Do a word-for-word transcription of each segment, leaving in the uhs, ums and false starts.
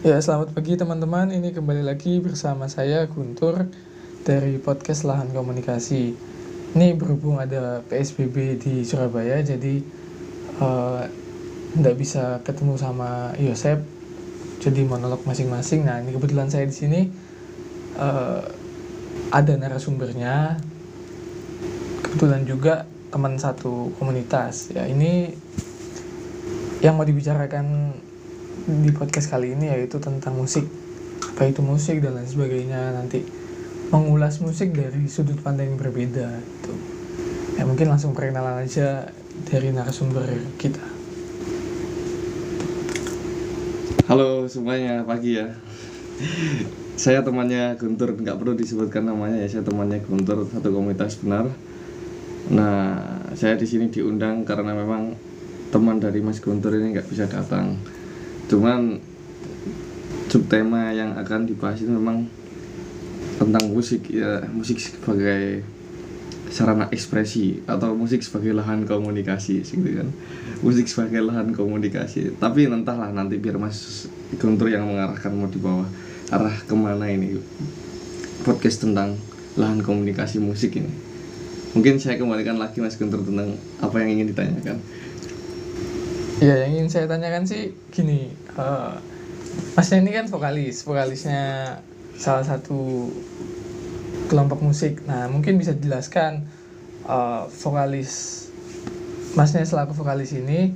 Ya, selamat pagi teman-teman. Ini kembali lagi bersama saya Guntur dari podcast Lahan Komunikasi. Ini berhubung ada P S B B di Surabaya, jadi eh, nggak bisa ketemu sama Yosep, jadi monolog masing-masing. Nah, ini kebetulan saya di sini eh, ada narasumbernya. Kebetulan juga teman satu komunitas. Ya, ini yang mau dibicarakan di podcast kali ini yaitu tentang musik, apa itu musik dan lain sebagainya, nanti mengulas musik dari sudut pandang yang berbeda gitu. Ya mungkin langsung perkenalan aja dari narasumber kita. Halo semuanya, pagi ya. Saya temannya Guntur, nggak perlu disebutkan namanya ya. Saya temannya Guntur, satu komunitas benar. Nah, saya di sini diundang karena memang teman dari Mas Guntur ini nggak bisa datang. Cuman subtema yang akan dibahas itu memang tentang musik ya, musik sebagai sarana ekspresi atau musik sebagai lahan komunikasi gitu kan. Musik sebagai lahan komunikasi. Tapi entahlah nanti biar Mas Guntur yang mengarahkan mau dibawa arah kemana ini podcast tentang lahan komunikasi musik ini. Mungkin saya kembalikan lagi Mas Guntur tentang apa yang ingin ditanyakan. Ya, yang ingin saya tanyakan sih gini, uh, Masnya ini kan vokalis, vokalisnya salah satu kelompok musik. Nah, mungkin bisa dijelaskan uh, vokalis Masnya selaku vokalis ini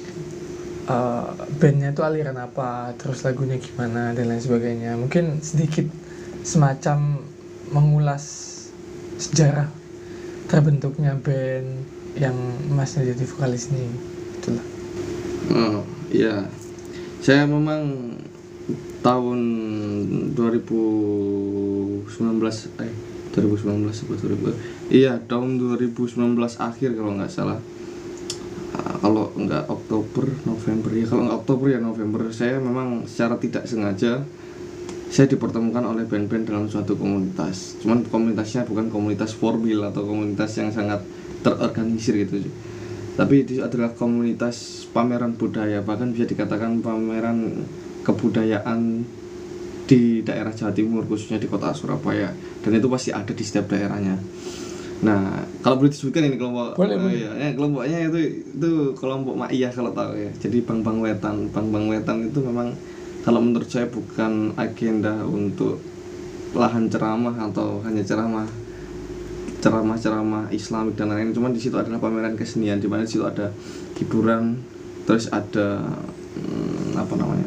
uh, bandnya itu aliran apa, terus lagunya gimana dan lain sebagainya. Mungkin sedikit semacam mengulas sejarah terbentuknya band yang Masnya jadi vokalis ini, itulah. Oh iya, saya memang tahun dua ribu sembilan belas eh dua ribu sembilan belas dua ribu iya tahun dua ribu sembilan belas akhir kalau nggak salah. Uh, kalau nggak Oktober November ya kalau nggak Oktober ya November, saya memang secara tidak sengaja saya dipertemukan oleh band-band dalam suatu komunitas. Cuman komunitasnya bukan komunitas formal atau komunitas yang sangat terorganisir gitu, tapi itu adalah komunitas pameran budaya, bahkan bisa dikatakan pameran kebudayaan di daerah Jawa Timur, khususnya di kota Surabaya, dan itu pasti ada di setiap daerahnya. Nah, kalau boleh disebutkan ini kelompok, boleh, oh boleh. iya, ya, kelompoknya itu itu kelompok Maiyah kalau tahu ya. Jadi Bang Bang Wetan, Bang Bang Wetan itu memang kalau menurut saya bukan agenda untuk lahan ceramah atau hanya ceramah ceramah-ceramah Islamik dan lain-lain, cuman di situ adalah pameran kesenian, di mana di situ ada hiburan, terus ada hmm, apa namanya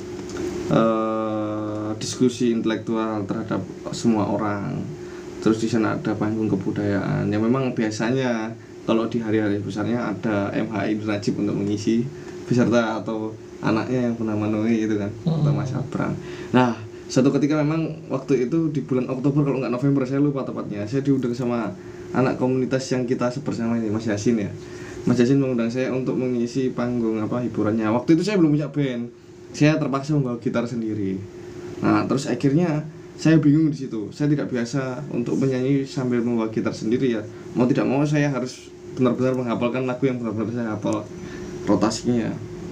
uh, diskusi intelektual terhadap semua orang, terus di sana ada panggung kebudayaan yang memang biasanya kalau di hari-hari besarnya ada M H I Najib untuk mengisi beserta atau anaknya yang bernama Noe itu kan, atau Mas Abrang. Nah, suatu ketika memang waktu itu di bulan Oktober kalau nggak November, saya lupa tepatnya, saya diundang sama anak komunitas yang kita bersama ini, Mas Yasin ya. Mas Yasin mengundang saya untuk mengisi panggung apa hiburannya. Waktu itu saya belum punya band, saya terpaksa membawa gitar sendiri. Nah, terus akhirnya saya bingung di situ. Saya tidak biasa untuk menyanyi sambil membawa gitar sendiri ya. Mau tidak mau saya harus benar-benar menghafalkan lagu yang benar-benar saya hafal rotasinya.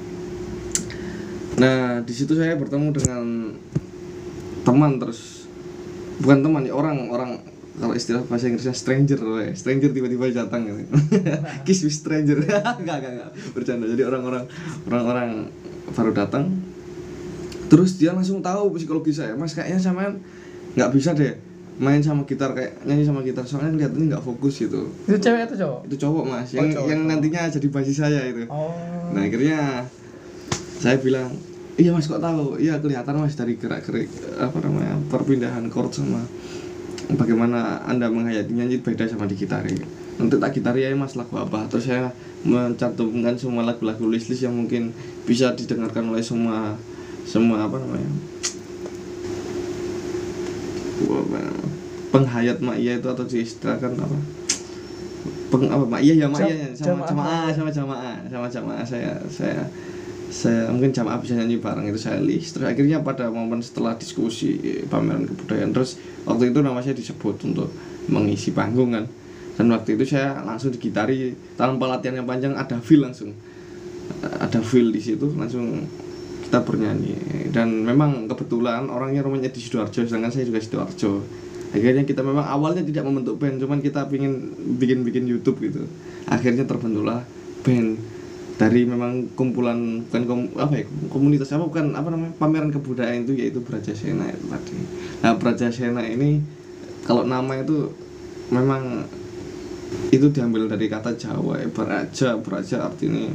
Nah, di situ saya bertemu dengan teman, terus bukan teman ya, orang-orang, kalau istilah bahasa Inggrisnya stranger, we. stranger tiba-tiba datang gitu. Kiss with stranger. enggak, enggak, enggak, bercanda. Jadi orang-orang orang-orang baru datang, terus dia langsung tahu psikologi saya. Mas, kayaknya sampean nggak bisa deh main sama gitar, kayak nyanyi sama gitar, soalnya kelihatannya nggak fokus gitu. Itu cewek atau cowok? Itu cowok Mas, yang Oh, cowok, yang cowok. nantinya jadi basis saya itu. Oh. Nah, akhirnya saya bilang, iya Mas, kok tahu? Iya, kelihatan Mas dari gerak-gerik apa namanya perpindahan chord sama bagaimana Anda menghayati nyanyi beda sama di gitar. Nanti tak gitar ya Mas, lagu apa? Terus saya mencantumkan semua lagu-lagu list-list yang mungkin bisa didengarkan oleh semua semua apa namanya penghayat Maiyah itu, atau diistilahkan apa? Peng apa Maiyah ya Maiyah sama jamaah sama jamaah sama jamaah saya saya saya mungkin jamaah bisa nyanyi bareng, itu saya list. Terus akhirnya pada momen setelah diskusi pameran kebudayaan, terus waktu itu nama saya disebut untuk mengisi panggung kan, dan waktu itu saya langsung digitari tanpa latihan yang panjang, ada feel langsung ada feel di situ, langsung kita bernyanyi. Dan memang kebetulan orangnya rumahnya di Sidoarjo, sedangkan saya juga Sidoarjo. Akhirnya kita memang awalnya tidak membentuk band, cuman kita pingin bikin-bikin YouTube gitu. Akhirnya terbentuklah band dari memang kumpulan, bukan kom, apa ya, komunitas apa bukan apa namanya, pameran kebudayaan itu, yaitu Brajasena itu tadi. Nah, Brajasena ini kalau nama itu memang itu diambil dari kata Jawa ya, Braja, Braja artinya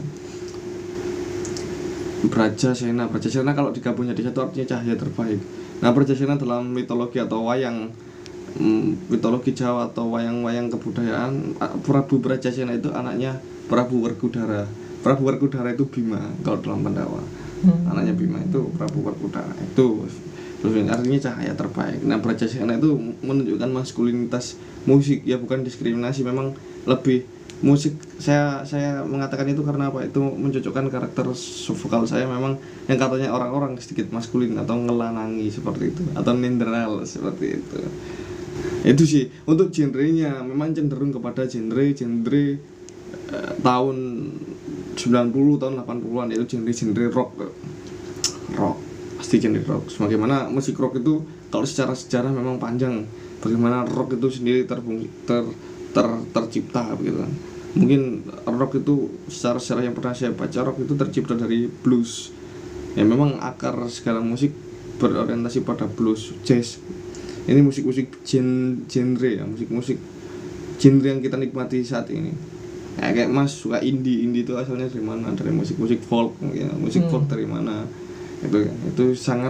Brajasena. Brajasena kalau digabung jadi satu artinya cahaya terbaik. Nah, Brajasena dalam mitologi atau wayang, hmm, mitologi Jawa atau wayang-wayang kebudayaan, Prabu Brajasena itu anaknya Prabu Werkudara. Prabu Werkudara itu Bima kalau dalam Pandawa. Hmm. Anaknya Bima itu Prabu Werkudara. Itu artinya cahaya terbaik. Nah, Brajasena itu menunjukkan maskulinitas musik ya, bukan diskriminasi, memang lebih musik. Saya saya mengatakan itu karena apa? Itu mencocokkan karakter vokal saya memang yang katanya orang-orang sedikit maskulin atau ngelanangi seperti itu atau netral seperti itu. Itu sih untuk genrenya, memang cenderung kepada genre-genre eh, tahun sembilan puluh tahun delapan puluhan, yaitu genre-genre rock. Rock, pasti genre rock. Sebagaimana musik rock itu kalau secara sejarah memang panjang, bagaimana rock itu sendiri terbung, ter, ter, tercipta begitu kan. Mungkin rock itu secara sejarah yang pernah saya baca, rock itu tercipta dari blues. Ya memang akar segala musik berorientasi pada blues, jazz. Ini musik-musik gen, genre ya, musik-musik genre yang kita nikmati saat ini. Ya, kayak Mas suka indie, indie itu asalnya dari mana? Dari musik-musik folk, ya, musik hmm. folk dari mana? Itu itu sangat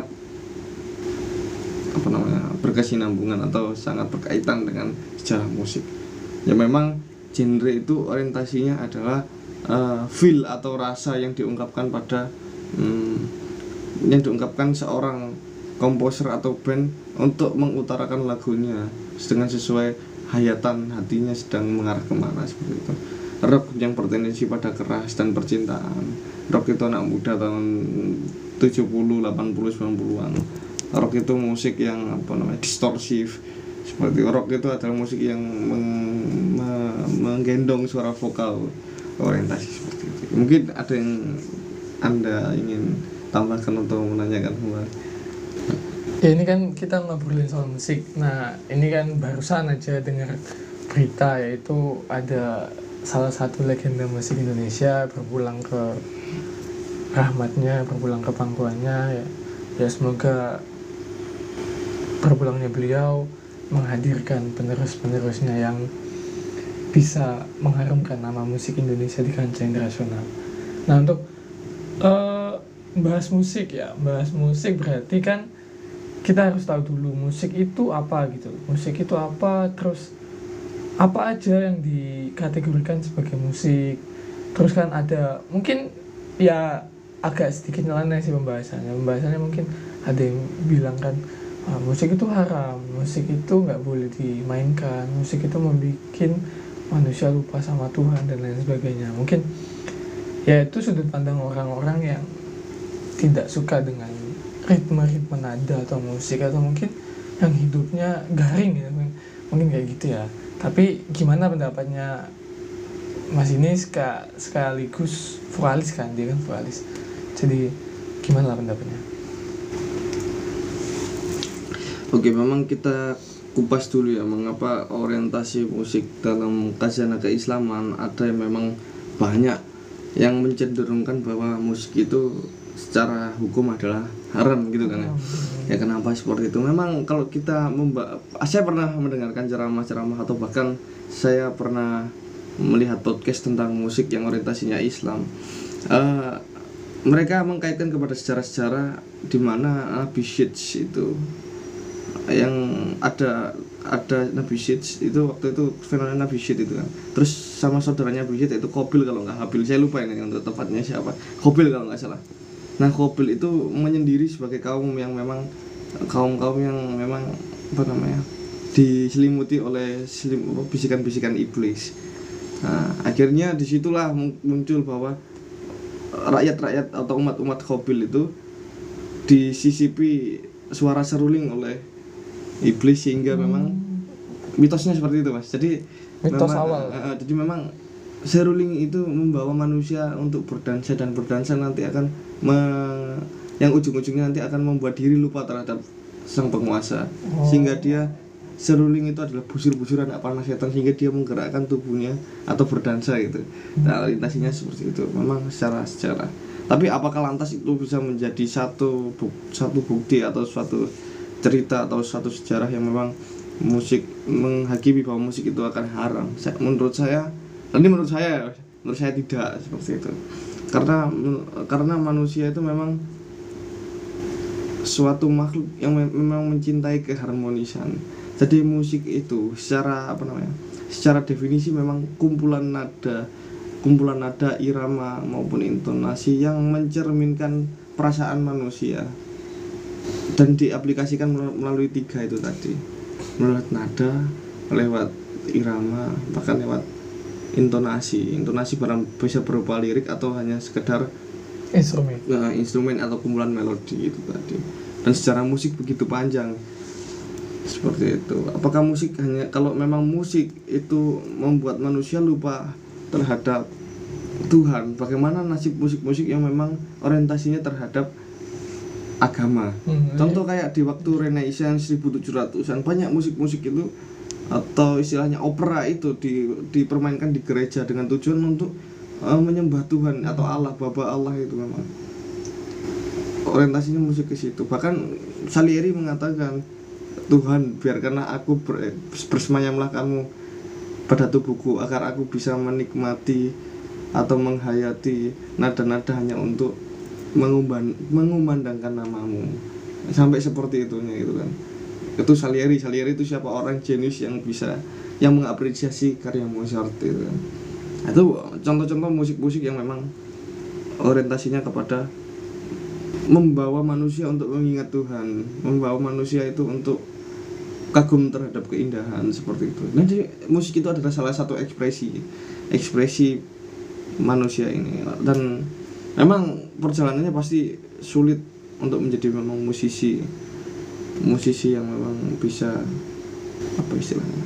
apa namanya, berkesinambungan atau sangat berkaitan dengan sejarah musik. Ya memang genre itu orientasinya adalah uh, feel atau rasa yang diungkapkan pada um, yang diungkapkan seorang komposer atau band untuk mengutarakan lagunya dengan sesuai hayatan hatinya sedang mengarah kemana, seperti itu. Rock yang bertendensi pada keras dan percintaan. Rock itu anak muda tahun tujuh puluh, delapan puluh, sembilan puluhan. Rock itu musik yang apa namanya, distorsif. Seperti rock itu adalah musik yang meng, me, menggendong suara vokal, orientasi seperti itu. Mungkin ada yang Anda ingin tambahkan atau menanyakan kembali? Ya, ini kan kita ngobrolin soal musik. Nah, ini kan barusan aja dengar berita, yaitu ada salah satu legenda musik Indonesia berpulang ke rahmatnya, berpulang ke pangkuannya ya. Ya semoga berpulangnya beliau menghadirkan penerus-penerusnya yang bisa mengharumkan nama musik Indonesia di kancah internasional. Nah, untuk uh, bahas musik ya, bahas musik berarti kan kita harus tahu dulu musik itu apa gitu. Musik itu apa, terus apa aja yang dikategorikan sebagai musik. Terus kan ada mungkin ya agak sedikit nyeleneh sih pembahasannya. Pembahasannya mungkin ada yang bilang kan ah, musik itu haram, musik itu nggak boleh dimainkan, musik itu membuat manusia lupa sama Tuhan dan lain sebagainya. Mungkin ya itu sudut pandang orang-orang yang tidak suka dengan ritme-ritme nada atau musik, atau mungkin yang hidupnya garing gitu, mungkin kayak gitu ya. Tapi gimana pendapatnya Mas ini sekaligus vokalis kan, dia kan vokalis. Jadi gimana lah pendapatnya? Oke, memang kita kupas dulu ya, mengapa orientasi musik dalam khazanah keislaman ada yang memang banyak yang mencenderungkan bahwa musik itu secara hukum adalah haram gitu kan ya. Ya kenapa seperti itu? Memang kalau kita memba- saya pernah mendengarkan ceramah-ceramah atau bahkan saya pernah melihat podcast tentang musik yang orientasinya Islam. Uh, mereka mengkaitkan kepada sejarah-sejarah di mana Nabi Syeds itu yang ada ada Nabi Syeds itu waktu itu fenomena Nabi Syeds itu kan. Terus sama saudaranya Nabi Syeds itu Qabil kalau nggak Habil, saya lupa ini untuk tepatnya siapa. Qabil kalau nggak salah. Nah, Qabil itu menyendiri sebagai kaum yang memang kaum-kaum yang memang apa namanya, diselimuti oleh selim, bisikan-bisikan iblis. Nah, akhirnya disitulah muncul bahwa rakyat-rakyat atau umat-umat Qabil itu disisipi suara seruling oleh iblis sehingga hmm. memang mitosnya seperti itu, Mas. Jadi mitos memang, awal. Uh, jadi memang seruling itu membawa manusia untuk berdansa, dan berdansa nanti akan me, yang ujung-ujungnya nanti akan membuat diri lupa terhadap sang penguasa. Oh. Sehingga dia seruling itu adalah busur-busuran anak panah setan, sehingga dia menggerakkan tubuhnya atau berdansa gitu. Nah, orientasinya seperti itu. Memang secara sejarah. Tapi apakah lantas itu bisa menjadi satu buk, satu bukti atau suatu cerita atau suatu sejarah yang memang musik menghakimi bahwa musik itu akan haram? Saya, menurut saya, ini menurut saya, menurut saya tidak seperti itu. Karena karena manusia itu memang suatu makhluk yang memang mencintai keharmonisan. Jadi musik itu secara apa namanya? Secara definisi memang kumpulan nada, kumpulan nada, irama maupun intonasi yang mencerminkan perasaan manusia dan diaplikasikan melalui tiga itu tadi, melalui nada, lewat irama, bahkan lewat intonasi. Intonasi barang bisa berupa lirik atau hanya sekedar instrumen, uh, instrumen atau kumpulan melodi itu tadi. Dan secara musik begitu panjang seperti itu. Apakah musik hanya, kalau memang musik itu membuat manusia lupa terhadap Tuhan, bagaimana nasib musik-musik yang memang orientasinya terhadap agama? Hmm, Contoh iya. Kayak di waktu Renaissance seribu tujuh ratusan banyak musik-musik itu atau istilahnya opera itu di, dipermainkan di gereja dengan tujuan untuk uh, menyembah Tuhan atau Allah, Bapa Allah itu memang orientasinya musik ke situ. Bahkan Salieri mengatakan, Tuhan, biarkanlah aku ber, bersemayamlah kamu pada tubuhku agar aku bisa menikmati atau menghayati nada-nada hanya untuk menguban, mengumandangkan namamu. Sampai seperti itunya gitu kan. Itu Salieri. Salieri itu siapa? Orang jenius yang bisa, yang mengapresiasi karya Mozart itu kan. Itu contoh-contoh musik-musik yang memang orientasinya kepada membawa manusia untuk mengingat Tuhan, membawa manusia itu untuk kagum terhadap keindahan seperti itu. Jadi musik itu adalah salah satu ekspresi ekspresi manusia ini, dan memang perjalanannya pasti sulit untuk menjadi memang musisi musisi yang memang bisa apa istilahnya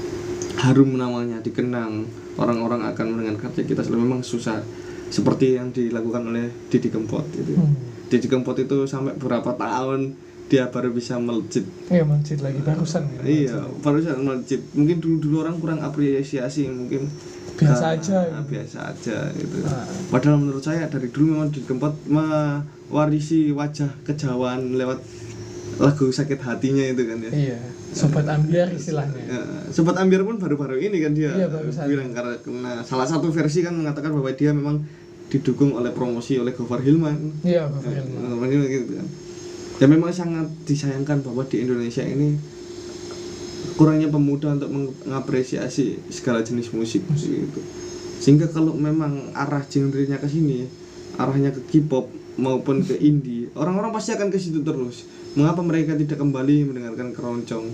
harum namanya, dikenang, orang-orang akan mendengar karya kita. Selalu memang susah seperti yang dilakukan oleh Didi Kempot itu. Hmm. Didi Kempot itu sampai berapa tahun dia baru bisa melejit. Iya, melejit lagi barusan ya. Iya, barusan melejit. Mungkin dulu-dulu orang kurang apresiasi, mungkin biasa nah, aja. Nah, biasa aja gitu. Nah. Padahal menurut saya dari dulu memang Didi Kempot mewarisi wajah kejawaan lewat lagu Sakit Hatinya itu kan ya. Iya, Sobat Ambiar istilahnya. Ya, Sobat Ambiar pun baru-baru ini kan dia iya, bilang karena salah satu versi kan mengatakan bahwa dia memang didukung oleh promosi oleh Gofar Hilman. Iya, Gofar Hilman. Ya, gitu kan. Dan memang sangat disayangkan bahwa di Indonesia ini kurangnya pemuda untuk mengapresiasi segala jenis musik gitu. Sehingga kalau memang arah genrenya ke sini, arahnya ke K-pop maupun ke indie, orang-orang pasti akan ke situ terus. Mengapa mereka tidak kembali mendengarkan keroncong?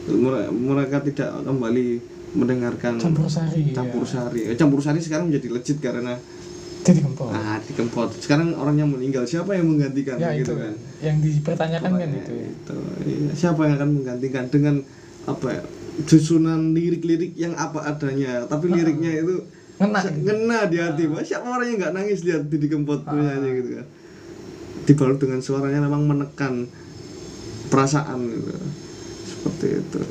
Mereka tidak kembali mendengarkan campur sari. Campur ya. sari. Campur sari sekarang menjadi legit karena Didi Kempot. Ah, Didi Kempot. Sekarang orangnya meninggal, siapa yang menggantikan ya, gitu itu kan? Yang dipertanyakan kan itu. itu. Iya. Siapa yang akan menggantikan dengan apa ya? Susunan lirik-lirik yang apa adanya, tapi liriknya itu ngena, ngena di hati. Ah. Siapa orang yang nggak nangis lihat Didi Kempot punyanya gitu kan? Dibalut dengan suaranya memang menekan perasaan gitu. Seperti itu.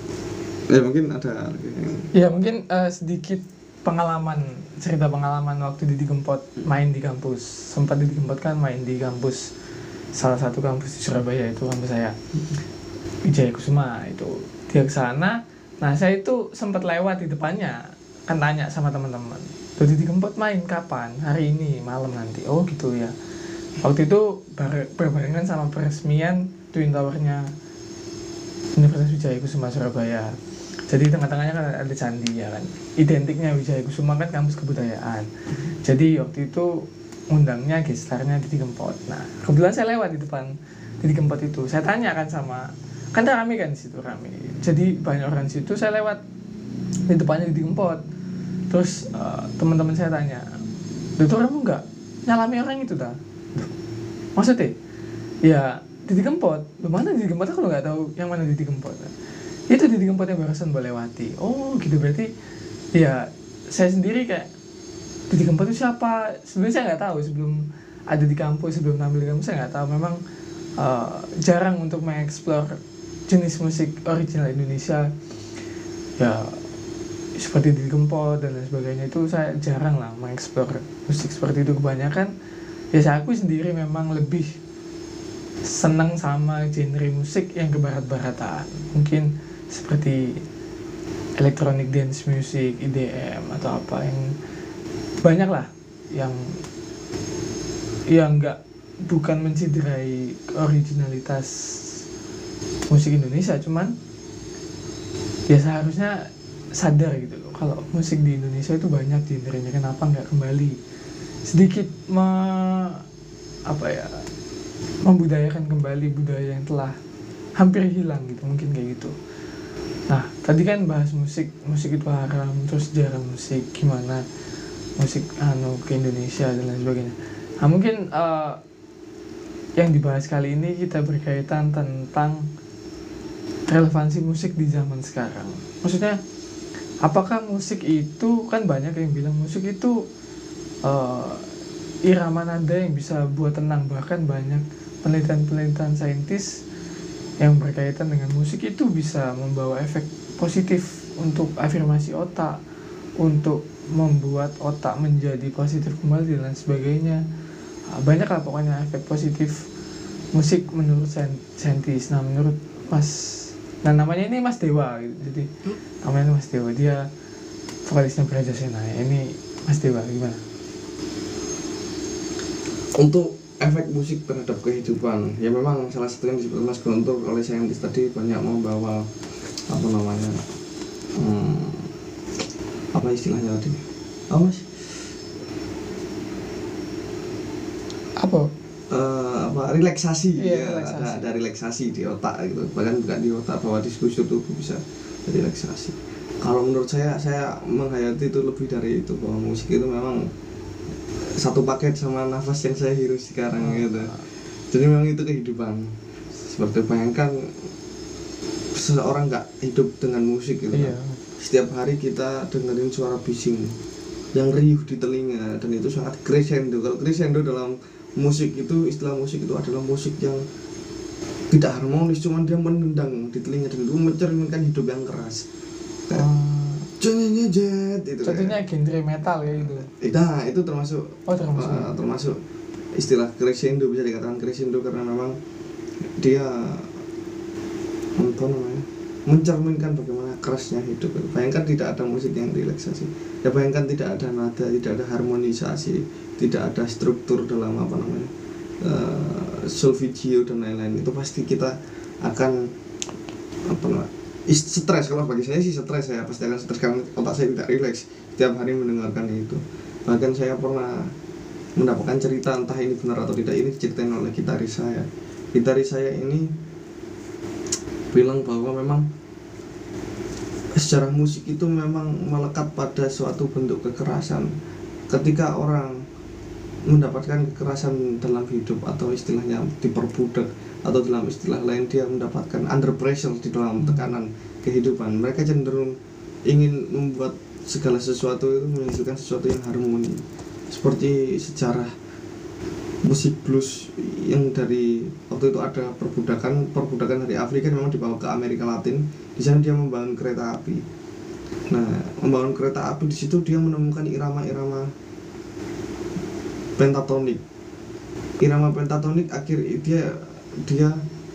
Ya mungkin ada lagi. Ya mungkin uh, sedikit pengalaman, cerita pengalaman waktu Didi Kempot main di kampus. Sempat Didi Kempot kan main di kampus, salah satu kampus di Surabaya, itu kampus saya, Wijaya Kusuma itu. Dia ke sana, nah saya itu sempat lewat di depannya, kan tanya sama teman-teman, tuh Didi Kempot main kapan? Hari ini malam nanti. Oh gitu ya. Waktu itu berbarengan sama peresmian Twin Tower-nya Universitas Wijaya Kusuma Surabaya. Jadi tengah-tengahnya kan ada candi ya kan. Identiknya Wijaya Kusuma kan kampus kebudayaan. Jadi waktu itu undangnya gestarnya Didi Kempot. Nah, kebetulan saya lewat di depan Didi Kempot itu. Saya tanya kan sama, kan rame kan di situ, rame. Jadi banyak orang di situ, saya lewat di depannya Didi Kempot. Terus uh, teman-teman saya tanya, "Dokter kamu enggak nyalami orang itu dah?" Maksudnya? Ya Didi Kempot. Loh, mana Didi Kempot? Aku nggak tahu yang mana Didi Kempot. Itu Didi Kempot yang barusan melewati. Oh gitu, berarti ya saya sendiri kayak Didi Kempot itu siapa? Sebenarnya saya nggak tahu sebelum ada di kampus sebelum tampil di kampus saya nggak tahu. Memang uh, jarang untuk mengeksplor jenis musik original Indonesia ya, seperti Didi Kempot dan lain sebagainya. Itu saya jarang lah mengeksplor musik seperti itu. Kebanyakan ya saya aku sendiri memang lebih senang sama genre musik yang kebarat-baratan, mungkin seperti electronic dance music, E D M atau apa, yang banyak lah yang yang nggak bukan menciderai originalitas musik Indonesia, cuman ya seharusnya sadar gitu loh kalau musik di Indonesia itu banyak genrenya, kenapa nggak kembali sedikit me, apa ya membudayakan kembali budaya yang telah hampir hilang gitu, mungkin kayak gitu. Nah tadi kan bahas musik, musik itu haram, terus sejarah musik gimana musik anu ke Indonesia dan lain sebagainya. Nah mungkin uh, yang dibahas kali ini kita berkaitan tentang relevansi musik di zaman sekarang. Maksudnya apakah musik itu, kan banyak yang bilang musik itu uh, irama nada yang bisa buat tenang, bahkan banyak penelitian-penelitian saintis yang berkaitan dengan musik itu bisa membawa efek positif untuk afirmasi otak, untuk membuat otak menjadi positif kembali dan sebagainya. Banyak lah pokoknya efek positif musik menurut saintis. Nah menurut Mas, nah namanya ini Mas Dewa gitu. Jadi namanya Mas Dewa, dia vokalisnya Brajasena. Ini Mas Dewa gimana? Untuk efek musik terhadap kehidupan, ya memang salah satu yang disebut Mas Guntur oleh saintis tadi banyak membawa apa namanya hmm, apa istilahnya tadi? Oh Mas? Apa? Uh, apa relaksasi, iya, ya relaksasi. Ada, ada relaksasi di otak gitu, bahkan bukan di otak, bahwa di seluruh tubuh bisa relaksasi. Kalau menurut saya, saya menghayati itu lebih dari itu, bahwa musik itu memang satu paket sama nafas yang saya hirup sekarang oh. gitu. Jadi memang itu kehidupan. Seperti bayangkan seseorang nggak hidup dengan musik gitu iya. kan. Setiap hari kita dengerin suara bising yang riuh di telinga, dan itu sangat crescendo. Kalau crescendo dalam musik itu, istilah musik itu adalah musik yang tidak harmonis, cuman dia menendang di telinga dan itu mencerminkan hidup yang keras. Kayak jet itu. Contohnya genre metal ya itu. Nah, itu termasuk oh, termasuk. Uh, termasuk istilah crescendo, bisa dikatakan crescendo karena memang dia apa namanya? mencerminkan bagaimana kerasnya hidup. Bayangkan tidak ada musik yang relaksasi. Ya bayangkan tidak ada nada, tidak ada harmonisasi, tidak ada struktur dalam apa namanya? Uh, solfeggio dan lain-lain. Itu pasti kita akan apa namanya? stres. Kalau bagi saya sih stres, saya pasti akan stres karena otak saya tidak rileks setiap hari mendengarkan itu. Bahkan saya pernah mendapatkan cerita, entah ini benar atau tidak, ini diceritain oleh gitaris saya. Gitaris saya ini bilang bahwa memang sejarah musik itu memang melekat pada suatu bentuk kekerasan. Ketika orang mendapatkan kekerasan dalam hidup atau istilahnya diperbudak, atau dalam istilah lain dia mendapatkan under pressure di dalam tekanan kehidupan, mereka cenderung ingin membuat segala sesuatu itu menghasilkan sesuatu yang harmoni. Seperti sejarah musik blues yang dari waktu itu ada perbudakan perbudakan dari Afrika memang dibawa ke Amerika Latin. Di sana dia membangun kereta api. Nah, membangun kereta api di situ dia menemukan irama-irama pentatonik. Irama pentatonik akhir dia dia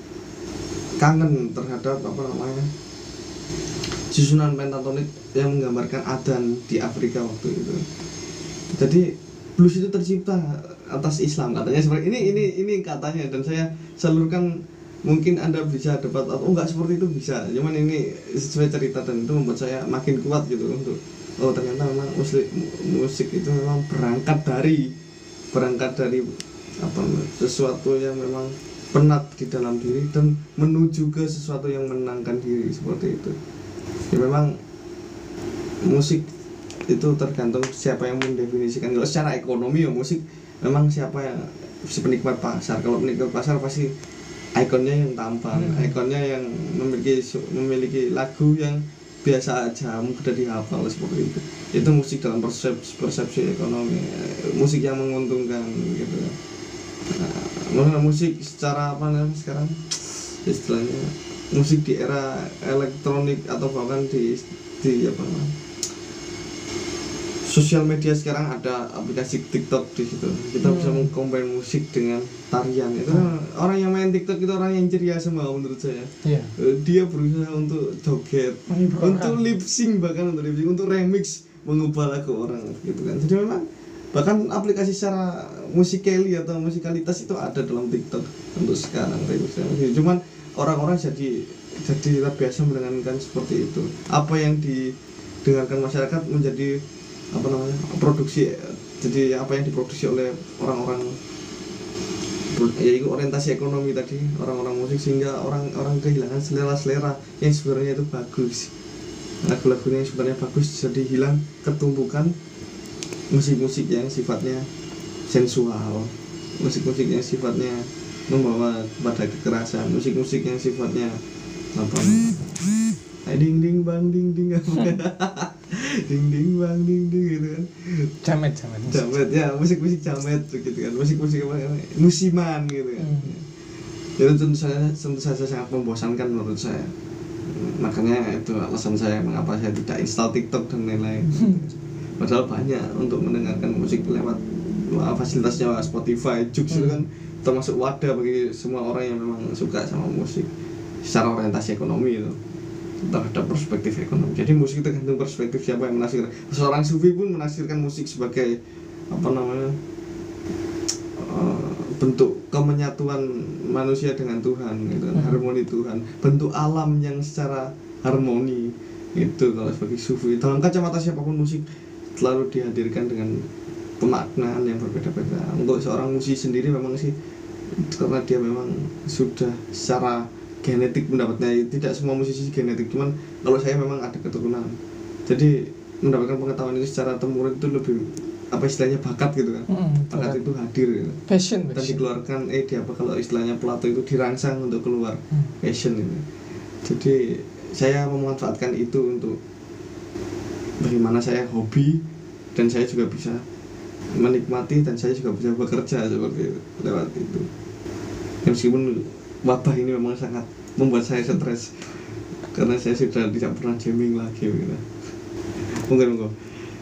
kangen terhadap apa namanya susunan pentatonik yang menggambarkan adzan di Afrika waktu itu. Jadi blues itu tercipta atas Islam katanya, seperti ini ini ini katanya, dan saya salurkan. Mungkin Anda bisa debat atau enggak seperti itu, bisa, cuman ini sesuai cerita dan itu membuat saya makin kuat gitu untuk oh ternyata memang musik musik itu memang berangkat dari berangkat dari apa sesuatu yang memang penat di dalam diri dan menuju ke sesuatu yang menenangkan diri, seperti itu. Ya memang musik itu tergantung siapa yang mendefinisikan. Kalau secara ekonomi ya musik memang siapa yang si penikmat pasar. Kalau penikmat pasar pasti ikonnya yang tampan, hmm. ikonnya yang memiliki memiliki lagu yang biasa aja, mudah dihafal, seperti itu. Itu musik dalam persepsi, persepsi ekonomi, musik yang menguntungkan gitu. Nah, musik secara apa namanya sekarang istilahnya musik di era elektronik atau bahkan di di apa namanya sosial media sekarang ada aplikasi TikTok di situ. Kita hmm. bisa mengcombine musik dengan tarian. Itu kan hmm. orang yang main TikTok itu orang yang ceria semua menurut saya. Yeah. Dia berusaha untuk joget, untuk lip sync, bahkan untuk lip sync, untuk remix, mengubah lagu orang gitu kan. Jadi memang bahkan aplikasi secara musikali atau musikalitas itu ada dalam TikTok untuk sekarang. Cuman orang-orang jadi jadi terbiasa mendengarkan seperti itu. Apa yang didengarkan masyarakat menjadi apa namanya produksi, jadi apa yang diproduksi oleh orang-orang yaitu orientasi ekonomi tadi, orang-orang musik, sehingga orang-orang kehilangan selera-selera yang sebenarnya itu bagus, lagu-lagunya yang sebenarnya bagus jadi hilang, ketumpukan musik-musik yang sifatnya sensual, musik-musik yang sifatnya membawa pada kekerasan, musik-musik yang sifatnya apa ding ding bang ding ding ding ding bang ding ding gitu kan, jamet jamet jamet ya, musik-musik jamet gitu kan, musik-musik apa musiman gitu kan. hmm. Jadi tentu saja tentu saja sangat membosankan menurut saya, makanya itu alasan saya mengapa saya tidak install TikTok dan lain-lain. Padahal banyak untuk mendengarkan musik lewat fasilitasnya Spotify, Joox hmm. itu kan termasuk wadah bagi semua orang yang memang suka sama musik secara orientasi ekonomi itu, terhadap perspektif ekonomi. Jadi musik itu tergantung perspektif siapa yang menafsirkan. Seorang sufi pun menafsirkan musik sebagai apa namanya uh, bentuk kemenyatuan manusia dengan Tuhan gitu kan, hmm. harmoni Tuhan, bentuk alam yang secara harmoni itu. Kalau sebagai sufi, dalam kacamata siapapun musik selalu dihadirkan dengan pemaknaan yang berbeda-beda. Untuk seorang musisi sendiri memang sih karena dia memang sudah secara genetik mendapatnya, tidak semua musisi genetik, cuman kalau saya memang ada keturunan, jadi mendapatkan pengetahuan itu secara temurun itu lebih apa istilahnya bakat gitu kan. hmm, bakat itu hadir gitu. Passion, dan dikeluarkan eh di apa kalau istilahnya Plato itu dirangsang untuk keluar. hmm. Passion itu. Jadi saya memanfaatkan itu untuk bagaimana saya hobi dan saya juga bisa menikmati dan saya juga bisa bekerja seperti itu, lewat itu. Meskipun wabah ini memang sangat membuat saya stres karena saya sudah tidak pernah jamming lagi gitu. Mungkin mungkin.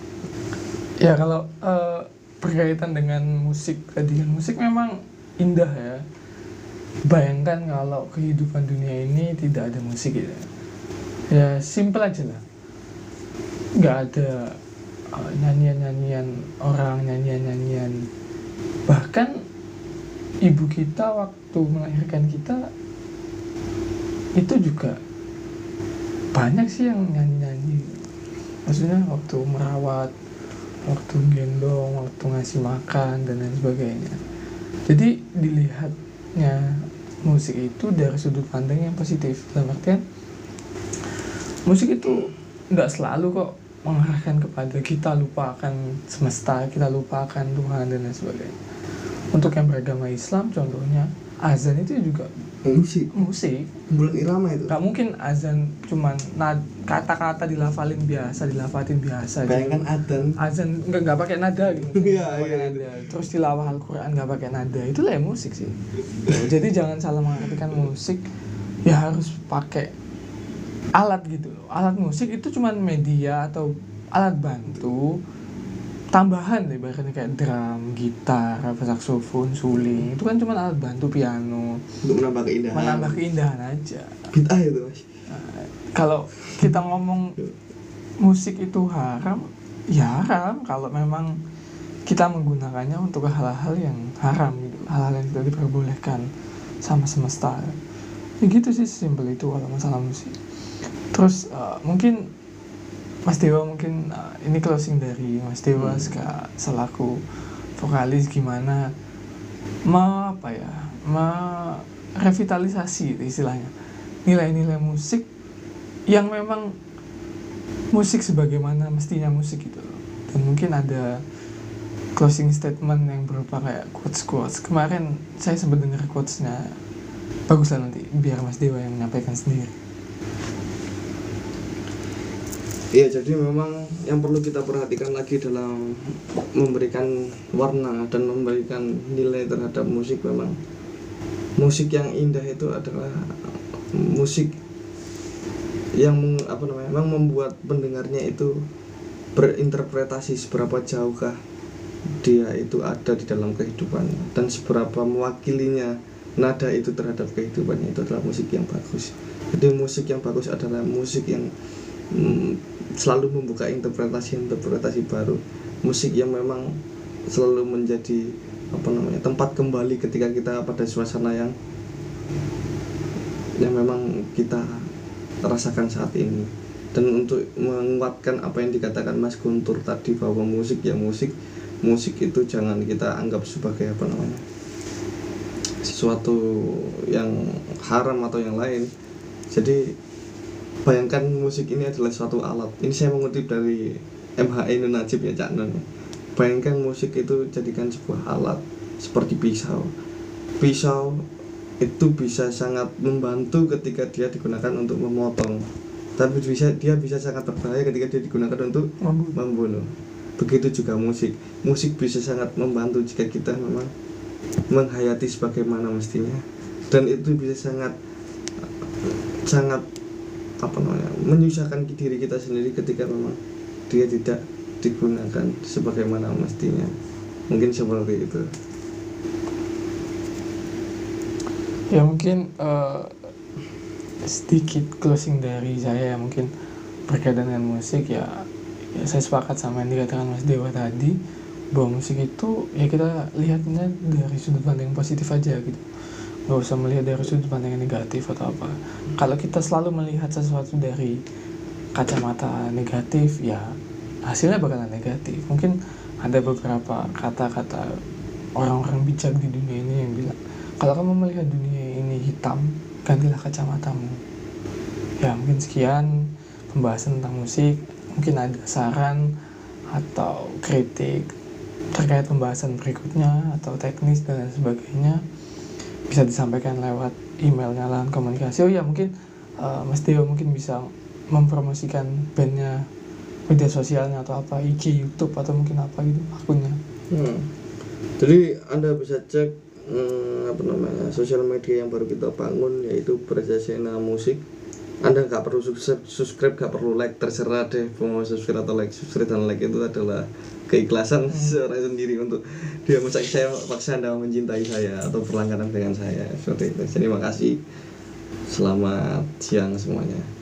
Ya kalau uh, berkaitan dengan musik tadi kan, musik memang indah ya. Bayangkan kalau kehidupan dunia ini tidak ada musik gitu. Ya simple aja lah. Nggak ada uh, nyanyian-nyanyian orang, nyanyian-nyanyian. Bahkan ibu kita waktu melahirkan kita itu juga banyak sih yang nyanyi-nyanyi. Maksudnya waktu merawat, waktu gendong, waktu ngasih makan dan lain sebagainya. Jadi dilihatnya musik itu dari sudut pandang yang positif. Dalam artian musik itu nggak selalu kok mengarahkan kepada kita lupakan semesta, kita lupakan Tuhan dan lain sebagainya. Untuk yang beragama Islam contohnya, azan itu juga musik. Musik. Bulan irama itu. Gak mungkin azan cuman nad, kata-kata dilafalin biasa, dilafatin biasa. Bayangkan azan. Azan enggak enggak pakai nada gitu. Iya, iya. Terus tilawah Al-Qur'an enggak pakai nada. Itulah ya musik sih. Jadi jangan salah mengartikan musik ya harus pakai alat gitu loh. Alat musik itu cuman media atau alat bantu tambahan deh, bahkan kayak drum, gitar, saksofon, suling, itu kan cuma alat bantu, piano untuk menambah keindahan. Menambah keindahan aja. Bid'ah itu mas. Nah, kalau kita ngomong musik itu haram, ya haram kalau memang kita menggunakannya untuk hal-hal yang haram gitu, hal-hal yang tidak diperbolehkan sama semesta. Ya gitu sih, simpel itu kalau masalah musik. Terus uh, mungkin Mas Dewa mungkin uh, ini closing dari Mas Dewa hmm. selaku vokalis gimana ma apa ya merevitalisasi istilahnya nilai-nilai musik yang memang musik sebagaimana mestinya musik gitu loh. Dan mungkin ada closing statement yang berupa kayak quotes-quotes. Kemarin saya sempat dengar quotes-nya, bagus lah, nanti biar Mas Dewa yang menyampaikan sendiri. Iya, jadi memang yang perlu kita perhatikan lagi dalam memberikan warna dan memberikan nilai terhadap musik, memang musik yang indah itu adalah musik yang apa namanya, memang membuat pendengarnya itu berinterpretasi seberapa jauhkah dia itu ada di dalam kehidupan dan seberapa mewakilinya nada itu terhadap kehidupannya. Itu adalah musik yang bagus. Jadi musik yang bagus adalah musik yang mm, selalu membuka interpretasi-interpretasi baru, musik yang memang selalu menjadi apa namanya, tempat kembali ketika kita pada suasana yang yang memang kita rasakan saat ini. Dan untuk menguatkan apa yang dikatakan Mas Guntur tadi, bahwa musik ya musik musik itu jangan kita anggap sebagai apa namanya, sesuatu yang haram atau yang lain. Jadi bayangkan musik ini adalah suatu alat. Ini saya mengutip dari M H Ainun Najib ya, Cak Nun. Bayangkan musik itu jadikan sebuah alat seperti pisau. Pisau itu bisa sangat membantu ketika dia digunakan untuk memotong, tapi bisa dia bisa sangat berbahaya ketika dia digunakan untuk membunuh. Begitu juga musik. Musik bisa sangat membantu jika kita memang menghayati sebagaimana mestinya, dan itu bisa sangat sangat apa namanya, menyusahkan diri kita sendiri ketika memang dia tidak digunakan sebagaimana mestinya. Mungkin seperti itu. Ya mungkin uh, sedikit closing dari saya, mungkin berkaitan dengan musik ya, ya saya sepakat sama yang dikatakan Mas Dewa tadi, bahwa musik itu ya kita lihatnya dari sudut pandang yang positif aja gitu, nggak usah melihat dari sudut pandang yang negatif atau apa. Kalau kita selalu melihat sesuatu dari kacamata negatif, ya hasilnya bakalan negatif. Mungkin ada beberapa kata-kata orang-orang bijak di dunia ini yang bilang, kalau kamu melihat dunia ini hitam, gantilah kacamatamu. Ya mungkin sekian pembahasan tentang musik. Mungkin ada saran atau kritik terkait pembahasan berikutnya atau teknis dan sebagainya, bisa disampaikan lewat emailnya Lahan Komunikasi. Oh ya, mungkin uh, Mas Dewa mungkin bisa mempromosikan bandnya, media sosialnya atau apa, I G, YouTube atau mungkin apa gitu akunnya. Hmm. Jadi Anda bisa cek hmm, apa namanya, sosial media yang baru kita bangun, yaitu Brajasena Musik. Anda nggak perlu subscribe, nggak perlu like, terserah deh mau subscribe atau like. Subscribe dan like itu adalah keikhlasan hmm. seorang sendiri untuk dia mencari saya, paksa Anda mencintai saya atau berlangganan dengan saya seperti itu. Jadi terima kasih, selamat siang semuanya.